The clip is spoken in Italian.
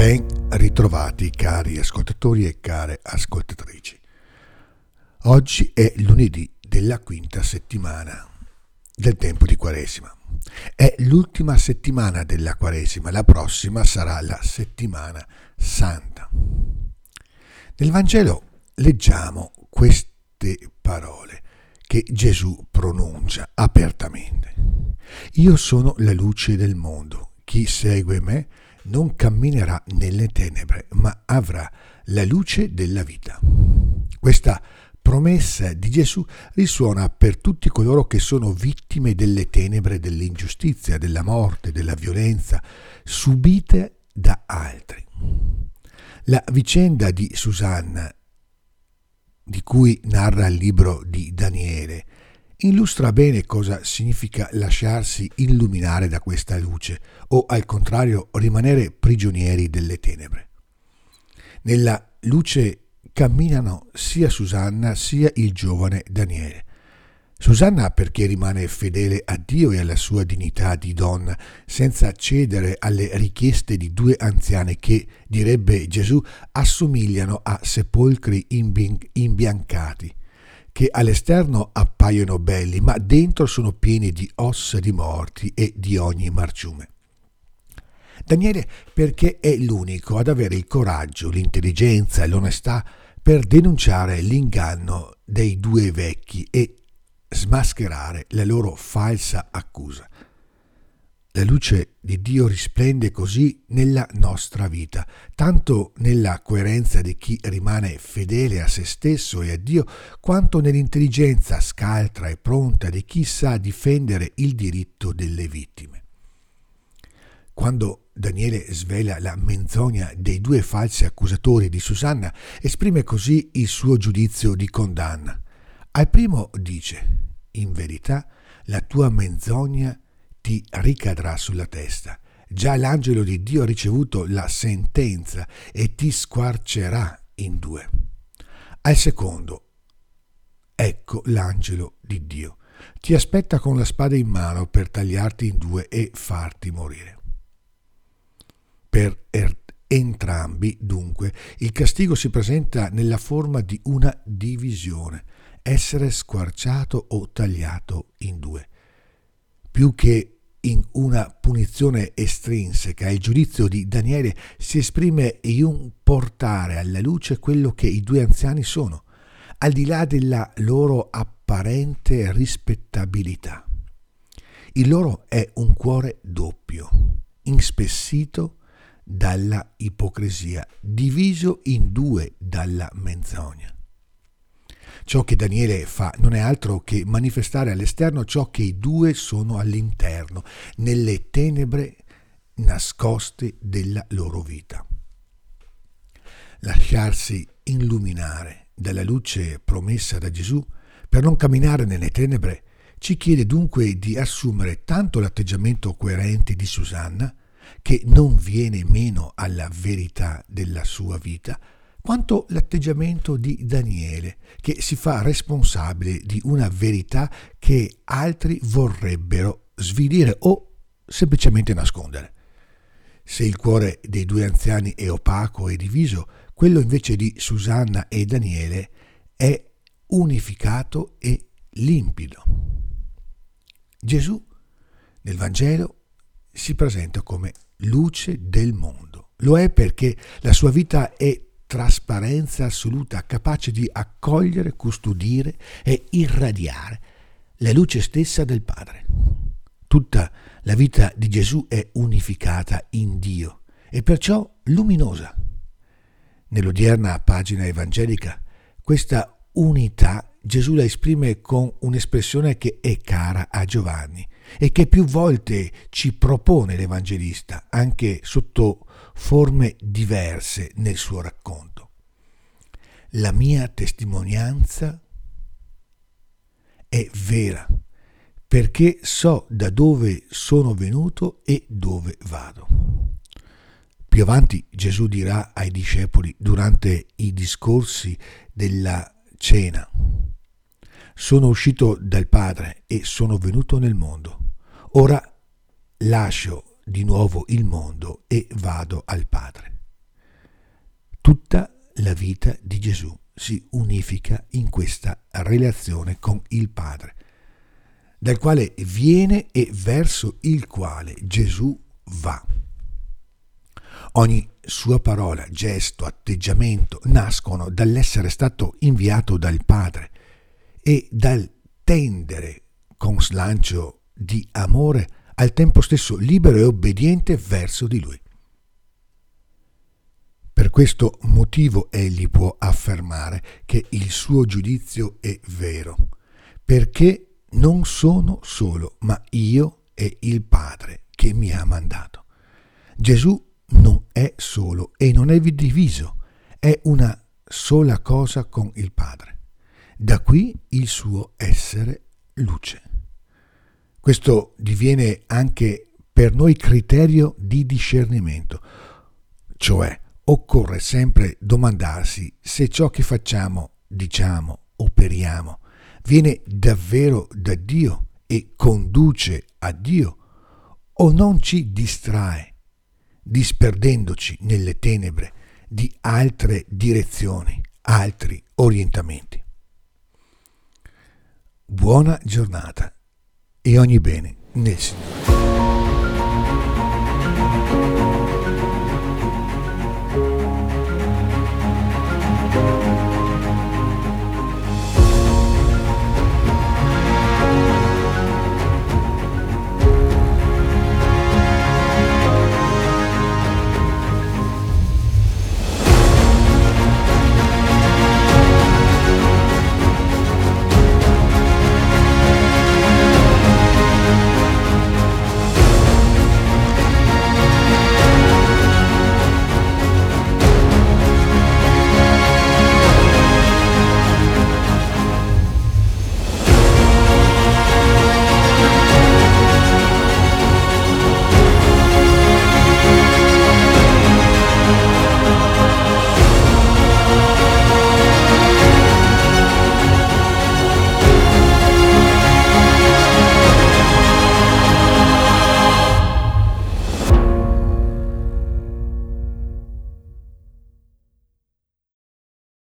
Ben ritrovati cari ascoltatori e care ascoltatrici. Oggi è lunedì della quinta settimana del tempo di Quaresima. È l'ultima settimana della Quaresima, la prossima sarà la settimana santa. Nel Vangelo leggiamo queste parole che Gesù pronuncia apertamente. Io sono la luce del mondo. Chi segue me non camminerà nelle tenebre, ma avrà la luce della vita. Questa promessa di Gesù risuona per tutti coloro che sono vittime delle tenebre, dell'ingiustizia, della morte, della violenza subite da altri. La vicenda di Susanna, di cui narra il libro di Daniele, illustra bene cosa significa lasciarsi illuminare da questa luce o, al contrario, rimanere prigionieri delle tenebre. Nella luce camminano sia Susanna sia il giovane Daniele. Susanna perché rimane fedele a Dio e alla sua dignità di donna, senza cedere alle richieste di due anziane che, direbbe Gesù, assomigliano a sepolcri imbiancati, che all'esterno appaiono belli, ma dentro sono pieni di ossa di morti e di ogni marciume. Daniele perché è l'unico ad avere il coraggio, l'intelligenza e l'onestà per denunciare l'inganno dei due vecchi e smascherare la loro falsa accusa. La luce di Dio risplende così nella nostra vita, tanto nella coerenza di chi rimane fedele a se stesso e a Dio, quanto nell'intelligenza scaltra e pronta di chi sa difendere il diritto delle vittime. Quando Daniele svela la menzogna dei due falsi accusatori di Susanna, esprime così il suo giudizio di condanna. Al primo dice: in verità la tua menzogna ti ricadrà sulla testa. Già l'angelo di Dio ha ricevuto la sentenza e ti squarcerà in due. Al secondo: ecco l'angelo di Dio. Ti aspetta con la spada in mano per tagliarti in due e farti morire. Per entrambi, dunque, il castigo si presenta nella forma di una divisione, essere squarciato o tagliato in due. Più che in una punizione estrinseca, il giudizio di Daniele si esprime in un portare alla luce quello che i due anziani sono, al di là della loro apparente rispettabilità. Il loro è un cuore doppio, inspessito dalla ipocrisia, diviso in due dalla menzogna. Ciò che Daniele fa non è altro che manifestare all'esterno ciò che i due sono all'interno, nelle tenebre nascoste della loro vita. Lasciarsi illuminare dalla luce promessa da Gesù per non camminare nelle tenebre ci chiede dunque di assumere tanto l'atteggiamento coerente di Susanna, che non viene meno alla verità della sua vita, quanto l'atteggiamento di Daniele, che si fa responsabile di una verità che altri vorrebbero svilire o semplicemente nascondere. Se il cuore dei due anziani è opaco e diviso, quello invece di Susanna e Daniele è unificato e limpido. Gesù nel Vangelo si presenta come luce del mondo. Lo è perché la sua vita è trasparenza assoluta, capace di accogliere, custodire e irradiare la luce stessa del Padre. Tutta la vita di Gesù è unificata in Dio e perciò luminosa. Nell'odierna pagina evangelica, questa unità Gesù la esprime con un'espressione che è cara a Giovanni e che più volte ci propone l'Evangelista, anche sotto forme diverse nel suo racconto. La mia testimonianza è vera, perché so da dove sono venuto e dove vado. Più avanti Gesù dirà ai discepoli durante i discorsi della cena: sono uscito dal Padre e sono venuto nel mondo. Ora lascio di nuovo il mondo e vado al Padre. Tutta la vita di Gesù si unifica in questa relazione con il Padre, dal quale viene e verso il quale Gesù va. Ogni sua parola, gesto, atteggiamento nascono dall'essere stato inviato dal Padre e dal tendere con slancio di amore al tempo stesso libero e obbediente verso di Lui. Per questo motivo egli può affermare che il suo giudizio è vero, perché non sono solo, ma io e il Padre che mi ha mandato. Gesù non è solo e non è diviso, è una sola cosa con il Padre. Da qui il suo essere luce. Questo diviene anche per noi criterio di discernimento, cioè occorre sempre domandarsi se ciò che facciamo, diciamo, operiamo viene davvero da Dio e conduce a Dio o non ci distrae, disperdendoci nelle tenebre di altre direzioni, altri orientamenti. Buona giornata e ogni bene nel Signore.